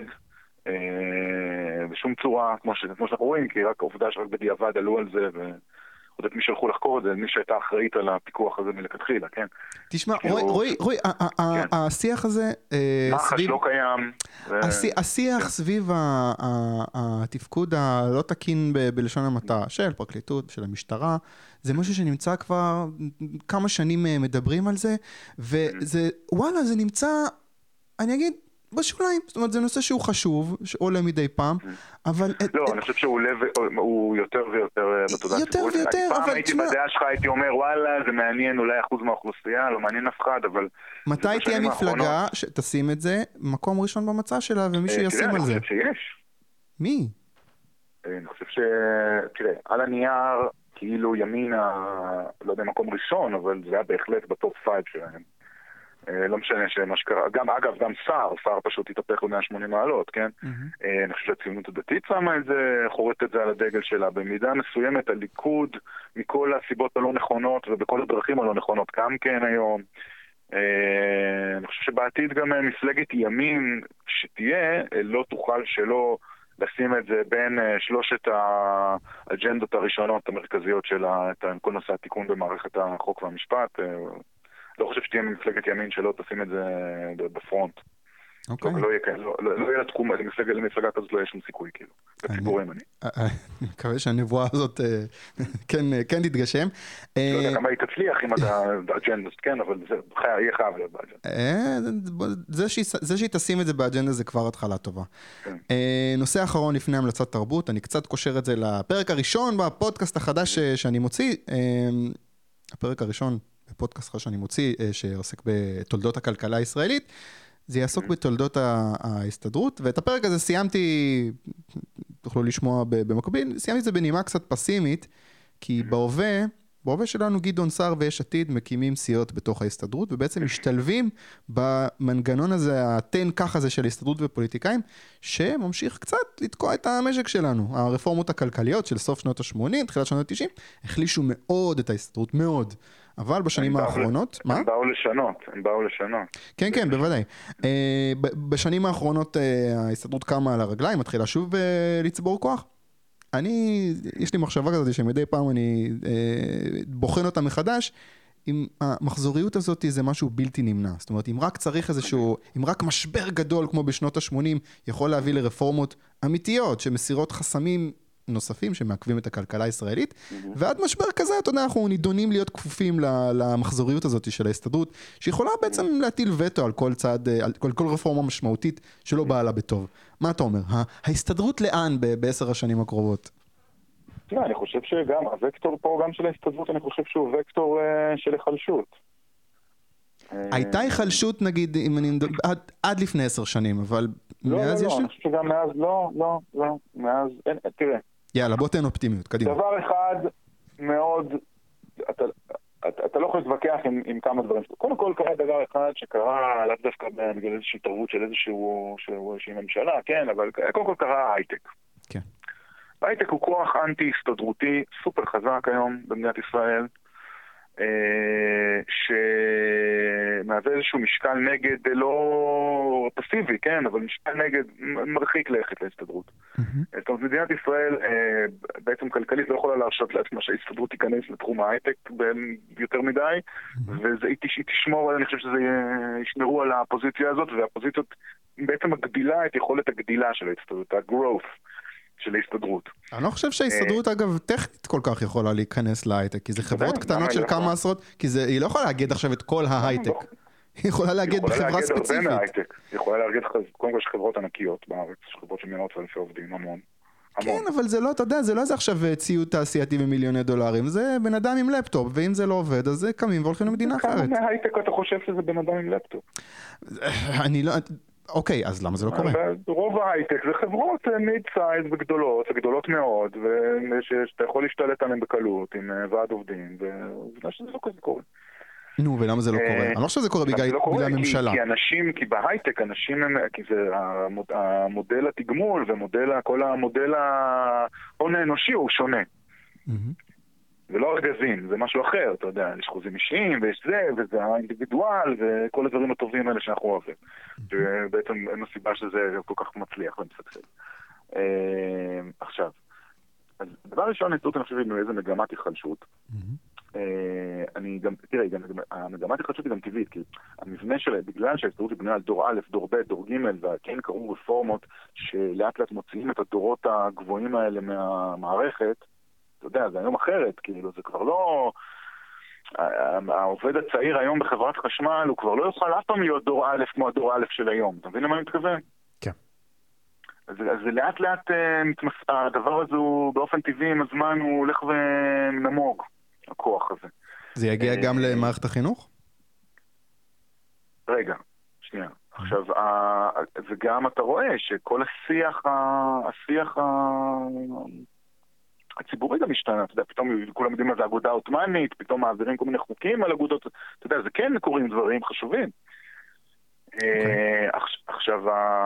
בשום צורה, כמו שאנחנו רואים, כי רק העובדה שרק בדיעבד עלו על זה, ועוד את מי שהלכו לחקור את זה, מי שהייתה אחראית על הפיקוח הזה מלכתחילה, כן? תשמע, רואי, רואי, השיח הזה... מח"ש לא קיים. השיח סביב התפקוד הלא תקין בלשון המעטה של פרקליטות, של המשטרה, זה משהו שנמצא כבר כמה שנים מדברים על זה, וזה, וואלה, זה נמצא, אני אגיד, בשוליים, זאת אומרת, זה נושא שהוא חשוב, שעולה מדי פעם, אבל... לא, אני חושב שהוא יותר ויותר בתודעה ציבורית. יותר ויותר, אבל... פעם הייתי בדעה שלך, הייתי אומר, וואלה, זה מעניין אולי אחוז מהאוכלוסייה, לא מעניין אף אחד, אבל... מתי תהיה מפלגה שתשים את זה, מקום ראשון במצע שלה, ומישהו ישים על זה? אני חושב שיש. מי? אני חושב ש... תראה, על הנייר, כאילו ימינה, לא יודע, מקום ראשון, אבל זה היה בהחלט בטופ פייב שלהם. לא משנה שמה שקרה, גם, אגב, גם שר, שר פשוט התהפך ל-מאה ושמונים מעלות, כן? Mm-hmm. אני חושב שהציונות הדתית שמה את זה, חורט את זה על הדגל שלה. במידה מסוימת הליכוד, מכל הסיבות הלא נכונות ובכל הדרכים הלא נכונות, גם כן היום. אני חושב שבעתיד גם מפלגת ימין שתהיה, לא תוכל שלא לשים את זה בין שלושת האג'נדות הראשונות המרכזיות שלה, את כל נושא התיקון במערכת החוק והמשפט. לא חושב שתהיה מפלגת ימין שלא תשים את זה בפרונט. אוקיי. לא יהיה לתחום, למפלגה כזאת לא יהיה שום סיכוי, כאילו. בציבורים אני. אני מקווה שהנבואה הזאת כן תתגשם. לא יודע כמה היא תצליח עם האג'נדה, כן, אבל זה יהיה חייב להיות באג'נדה. זה שהיא תשים את זה באג'נדה זה כבר התחלה טובה. נושא אחרון לפני המלצת תרבות, אני קצת קושר את זה לפרק הראשון בפודקאסט החדש שאני מוציא. הפרק הראשון בפודקאסט אחר שאני מוציא, שעוסק בתולדות הכלכלה הישראלית, זה יעסוק בתולדות ההסתדרות, ואת הפרק הזה סיימתי, תוכלו לשמוע במקביל, סיימתי את זה בנימה קצת פסימית, כי בהווה, בהווה שלנו גדעון סער ויש עתיד מקימים סיעות בתוך ההסתדרות, ובעצם משתלבים במנגנון הזה, התן כך הזה של ההסתדרות ופוליטיקאים, שממשיך קצת לתקוע את המשק שלנו. הרפורמות הכלכליות של סוף שנות ה-שמונים, תחילת שנות ה-תשעים, החלישו מאוד את ההסתדרות, מאוד. אבל בשנים האחרונות... מה? הם באו לשנות, הם באו לשנות. כן, כן, בוודאי. בשנים האחרונות ההסתדרות קמה על הרגליים, מתחילה שוב לצבור כוח. אני, יש לי מחשבה כזאת שמדי פעם אני בוחן אותה מחדש, אם המחזוריות הזאת זה משהו בלתי נמנע. זאת אומרת, אם רק צריך איזשהו, אם רק משבר גדול כמו בשנות ה-שמונים יכול להביא לרפורמות אמיתיות שמסירות חסמים נוספים שמעכבים את הכלכלה הישראלית, ועד משבר כזה, אתה יודע, אנחנו נידונים להיות כפופים למחזוריות הזאת של ההסתדרות, שיכולה בעצם להטיל וטו על כל צעד, על כל, כל רפורמה משמעותית שלא באה לה בטוב. מה אתה אומר? ההסתדרות לאן בעשר השנים הקרובות? תראה, אני חושב שגם, הוקטור פה גם של ההסתדרות, אני חושב שהוא וקטור של היחלשות. הייתה היחלשות, נגיד, אם אני מדבר, עד, עד לפני עשר שנים, אבל לא, מאז לא, יש... לא, אני חושב שגם מאז, לא, לא, לא, מאז, אין, תראה. יאללה, בוא תן אופטימיות, קדימה. דבר אחד מאוד, אתה, אתה, אתה לא יכול להתווכח עם, עם כמה דברים. קודם כל קרה דבר אחד שקרה, לאו דווקא בגלל איזושהי התערבות של איזשהו, איזושהי ממשלה, כן, אבל קודם כל קרה ההייטק. כן. ההייטק הוא כוח אנטי-הסתדרותי, סופר חזק היום במדינת ישראל, שמהווה איזשהו משקל נגד, לא פסיבי, כן, אבל משקל נגד מרחיק לכת להסתדרות. זאת אומרת, מדינת ישראל בעצם כלכלית לא יכולה להרשות לעצמה שההסתדרות תיכנס לתחום ההייטק יותר מדי, והיא תשמור, אני חושב שזה ישמרו על הפוזיציה הזאת, והפוזיציות בעצם מגדילה את יכולת הגדילה של ההסתדרות, ה-growth של ההסתדרות. אני לא חושב שההסתדרות, אגב, טכנית כל כך יכולה להיכנס להייטק, כי זה חברות קטנות של כמה עשרות, כי היא לא יכולה להגד עכשיו את כל ההייטק. היא יכולה להגד בחברה ספציפית. היא יכולה להגד, קודם כל, חברות ענקיות בארץ, חברות שמיינות ואלפי עובדים, המון. כן, אבל זה לא, אתה יודע, זה לא איזה עכשיו ציוד תעשייתי במיליוני דולרים, זה בן אדם עם לפטופ, ואם זה לא עובד, אז זה קמים והולכים למדינה אחרת. כמה מההייטק אתה חושב שזה בן אדם עם לפטופ? אני לא... אוקיי, אז למה זה לא קורה? רוב ההייטק זה חברות מיד סייז וגדולות, וגדולות מאוד, ושאתה יכול להשתלט עליהן בקלות עם ועד עובדים, ובגלל שזה לא כזה קורה. נו, ולמה זה לא קורה? אני לא חושב שזה קורה בגלל הממשלה. כי אנשים, כי בהייטק אנשים, כי זה המודל התגמול, ומודל, כל המודל ההון האנושי הוא שונה. זה לא ארגזים, זה משהו אחר, אתה יודע, יש חוזים אישיים, ויש זה, וזה האינדיבידואל, וכל הדברים הטובים האלה שאנחנו אוהבים. ובעצם אין הסיבה שזה כל כך מצליח ומסתכל. עכשיו, אז דבר ראשון, ההסתדרות, אני חושב, היא מאיזה מגמת היחלשות. אני גם, תראה, המגמת היחלשות היא גם טבעית, כי המבנה שלה, בגלל שההסתדרות היא בנויה על דור א', דור ב', דור ג', וכן קראו רפורמות שלאט לאט מוציאים את הדורות הגבוהים האלה מהמערכת, אתה יודע, זה היום אחרת, כאילו, זה כבר לא... העובד הצעיר היום בחברת חשמל, הוא כבר לא יוכל אף פעם להיות דור א' כמו הדור א' של היום. אתה מבין למה אני מתכוון? כן. אז זה לאט לאט, הדבר הזה הוא באופן טבעי עם הזמן הוא הולך ונמוג, הכוח הזה. זה יגיע גם למערכת החינוך? רגע, שנייה. עכשיו, וגם אתה רואה שכל השיח, השיח הציבורי גם משתנה, אתה יודע, פתאום כולם יודעים מה זה אגודה עות'מאנית, פתאום מעבירים כל מיני חוקים על אגודות, אתה יודע, זה כן קוראים דברים חשובים. עכשיו,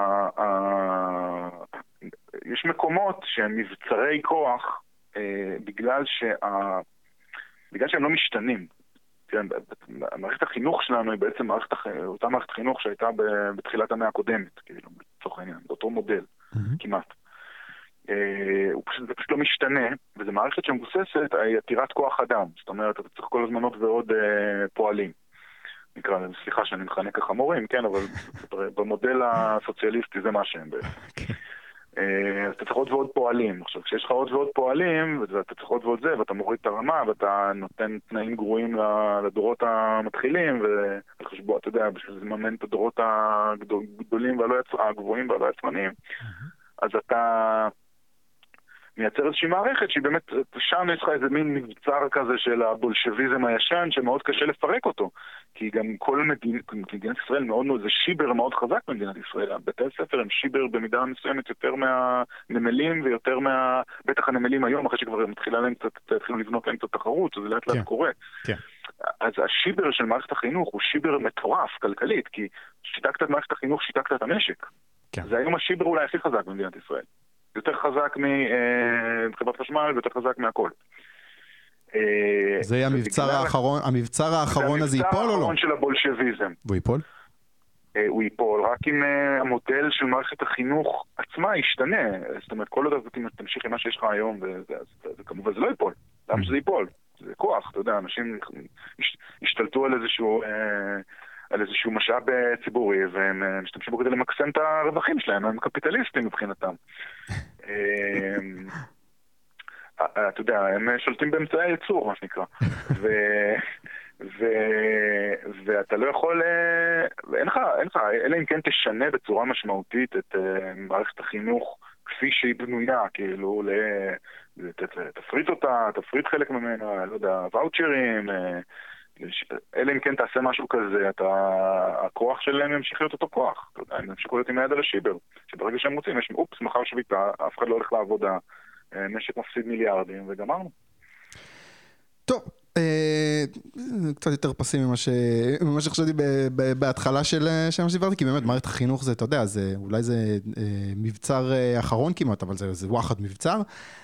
יש מקומות שהם מבצרי כוח בגלל שהם לא משתנים. מערכת החינוך שלנו היא בעצם אותה מערכת חינוך שהייתה בתחילת המאה הקודמת, כאילו, לצורך העניין, באותו מודל, כמעט. זה פשוט לא משתנה, וזו מערכת שמבוססת על יתירת כוח אדם. זאת אומרת, אתה צריך כל הזמן עוד ועוד פועלים. נקרא, סליחה שאני מכנה ככה מורים, כן, אבל במודל הסוציאליסטי זה מה שהם בעצם. אז אתה צריך עוד ועוד פועלים. עכשיו, כשיש לך עוד ועוד פועלים, ואתה צריך עוד ועוד זה, ואתה מוריד את הרמה, ואתה נותן תנאים גרועים לדורות המתחילים, וחשבו, אתה יודע, בשביל זה מממן את הדורות הגדולים והגבוהים והלא יצרניים, אז אתה מייצר איזושהי מערכת שהיא באמת, שם יש לך איזה מין מבצר כזה של הבולשביזם הישן, שמאוד קשה לפרק אותו. כי גם כל מדינת, מדינת ישראל מאוד מאוד, זה שיבר מאוד חזק במדינת ישראל. בתי הספר הם שיבר במידה מסוימת יותר מהנמלים ויותר מה... בטח הנמלים היום, אחרי שכבר מתחילה להם קצת, התחילו לבנות להם קצת תחרות, זה לאט לאט קורה. כן. אז השיבר של מערכת החינוך הוא שיבר מטורף, כלכלית, כי שיתקת את מערכת החינוך, שיתקת את המשק. כן. זה היום השיבר אולי הכי חזק במדינת ישראל. יותר חזק מחברת חשמל ויותר חזק מהכל. זה יהיה המבצר האחרון, המבצר האחרון הזה ייפול או לא? המבצר האחרון של הבולשביזם. הוא ייפול? הוא ייפול, רק אם המודל של מערכת החינוך עצמה ישתנה. זאת אומרת, כל עוד אתה תמשיך עם מה שיש לך היום, וכמובן זה לא ייפול. למה שזה ייפול? זה כוח, אתה יודע, אנשים השתלטו על איזשהו... על איזשהו משאב ציבורי, והם משתמשים בו כדי למקסם את הרווחים שלהם, הם קפיטליסטים מבחינתם. אתה יודע, הם שולטים באמצעי הייצור, מה שנקרא. ואתה לא יכול, אין לך, אין לך, אלא אם כן תשנה בצורה משמעותית את מערכת החינוך כפי שהיא בנויה, כאילו, תפריט אותה, תפריט חלק ממנה, לא יודע, ואוצ'רים, אלא אם כן תעשה משהו כזה, אתה, הכוח שלהם ימשיך להיות אותו כוח. הם ימשיכו להיות עם היד על השיבר, שברגע שהם רוצים, יש אופס, מחר שביתה, אף אחד לא הולך לעבודה, משק מפסיד מיליארדים, וגמרנו. טוב, קצת יותר פסים ממה שחשבתי בהתחלה של מה שדיברתי, כי באמת מערכת החינוך זה, אתה יודע, אולי זה מבצר אחרון כמעט, אבל זה וואחד מבצר.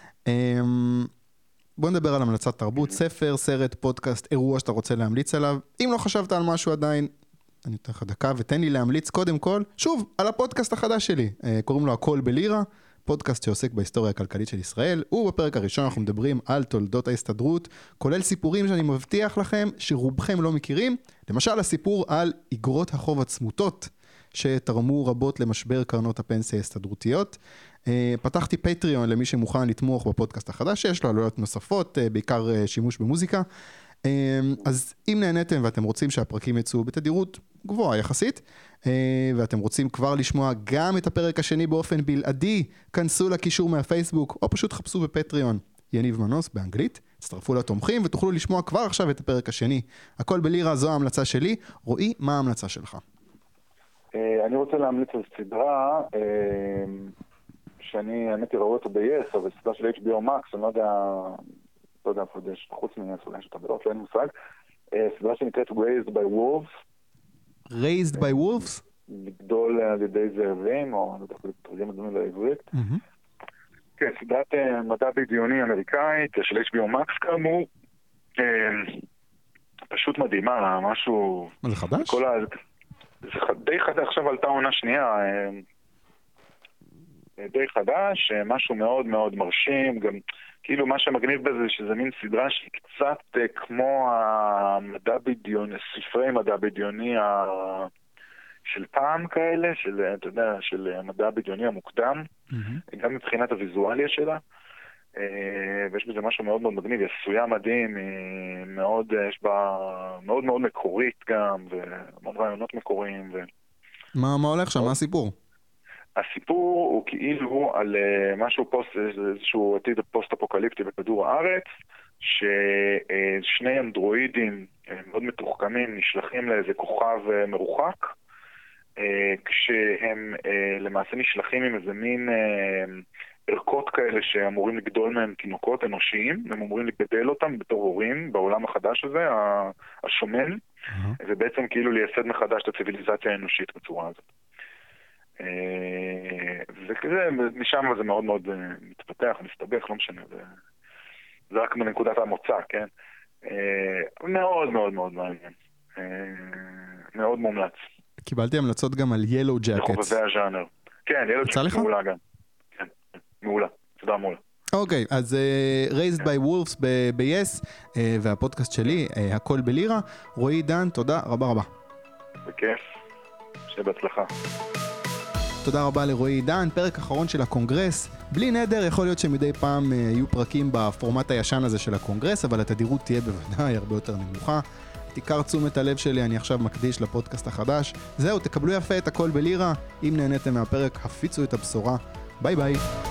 בוא נדבר על המלצת תרבות, ספר, סרט, פודקאסט, אירוע שאתה רוצה להמליץ עליו. אם לא חשבת על משהו עדיין, אני אתן לך דקה ותן לי להמליץ קודם כל, שוב, על הפודקאסט החדש שלי. קוראים לו הכל בלירה, פודקאסט שעוסק בהיסטוריה הכלכלית של ישראל, ובפרק הראשון אנחנו מדברים על תולדות ההסתדרות, כולל סיפורים שאני מבטיח לכם שרובכם לא מכירים, למשל הסיפור על אגרות החוב הצמותות, שתרמו רבות למשבר קרנות הפנסיה ההסתדרותיות. פתחתי פטריון למי שמוכן לתמוך בפודקאסט החדש, שיש לו עלויות נוספות, בעיקר שימוש במוזיקה. אז אם נהניתם ואתם רוצים שהפרקים יצאו בתדירות גבוהה יחסית, ואתם רוצים כבר לשמוע גם את הפרק השני באופן בלעדי, כנסו לקישור מהפייסבוק, או פשוט חפשו בפטריון יניב מנוס באנגלית, תצטרפו לתומכים ותוכלו לשמוע כבר עכשיו את הפרק השני. הכל בלירה, זו ההמלצה שלי. רועי, מה ההמלצה שלך? אני רוצה להמליץ על סדרה שאני האמת רואה אותו ב-yes, אבל סדרה של אייץ' בי או Max, אני לא יודע, לא יודע, חוץ מ-yes, אולי שאתה בלאות, לא אין מושג. סדרה שנקראת Raised by Wolves. Raised by Wolves? לגדול על ידי זאבים, או לא יודע, תרגם את זה לעברית. כן, סדרת מדע בדיוני אמריקאית של אייץ' בי או Max כאמור. פשוט מדהימה, משהו... מה זה חדש? זה די חדש, עכשיו עלתה עונה שנייה, די חדש, משהו מאוד מאוד מרשים, גם כאילו מה שמגניב בזה שזה מין סדרה שהיא קצת כמו המדע בדיוני, ספרי מדע בדיוני של פעם כאלה, של, אתה יודע, של המדע בדיוני המוקדם, mm-hmm. גם מבחינת הוויזואליה שלה, ויש בזה משהו מאוד מאוד מגניב, היא עשויה מדהים, היא מאוד, יש בה מאוד מאוד מקורית גם, והמון רעיונות מקוריים. ו... מה, מה הולך שם? מה הסיפור? הסיפור הוא כאילו על משהו פוסט, איזשהו עתיד פוסט-אפוקליפטי בכדור הארץ, ששני אנדרואידים מאוד מתוחכמים נשלחים לאיזה כוכב מרוחק, כשהם למעשה נשלחים עם איזה מין ערכות כאלה שאמורים לגדול מהם תינוקות אנושיים, הם אמורים לגדל אותם בתור הורים בעולם החדש הזה, השומם, mm-hmm. ובעצם כאילו לייסד מחדש את הציביליזציה האנושית בצורה הזאת. וכזה, משם זה מאוד מאוד מתפתח, מסתבך, לא משנה, זה רק מנקודת המוצא, כן? מאוד מאוד מאוד מעניין. מאוד מומלץ. קיבלתי המלצות גם על ילו ג'קטס. לחובבי הז'אנר. כן, ילו ג'קטס מעולה גם. כן, מעולה, תודה מעולה. אוקיי, אז Raised by Wolves ב-yes, והפודקאסט שלי, הכל בלירה. רועי דן, תודה רבה רבה. בכיף, שבהצלחה. תודה רבה לרועי דן, פרק אחרון של הקונגרס. בלי נדר, יכול להיות שמדי פעם יהיו פרקים בפורמט הישן הזה של הקונגרס, אבל התדירות תהיה בוודאי הרבה יותר נמוכה. תיקר תשומת הלב שלי, אני עכשיו מקדיש לפודקאסט החדש. זהו, תקבלו יפה את הכל בלירה. אם נהניתם מהפרק, הפיצו את הבשורה. ביי ביי.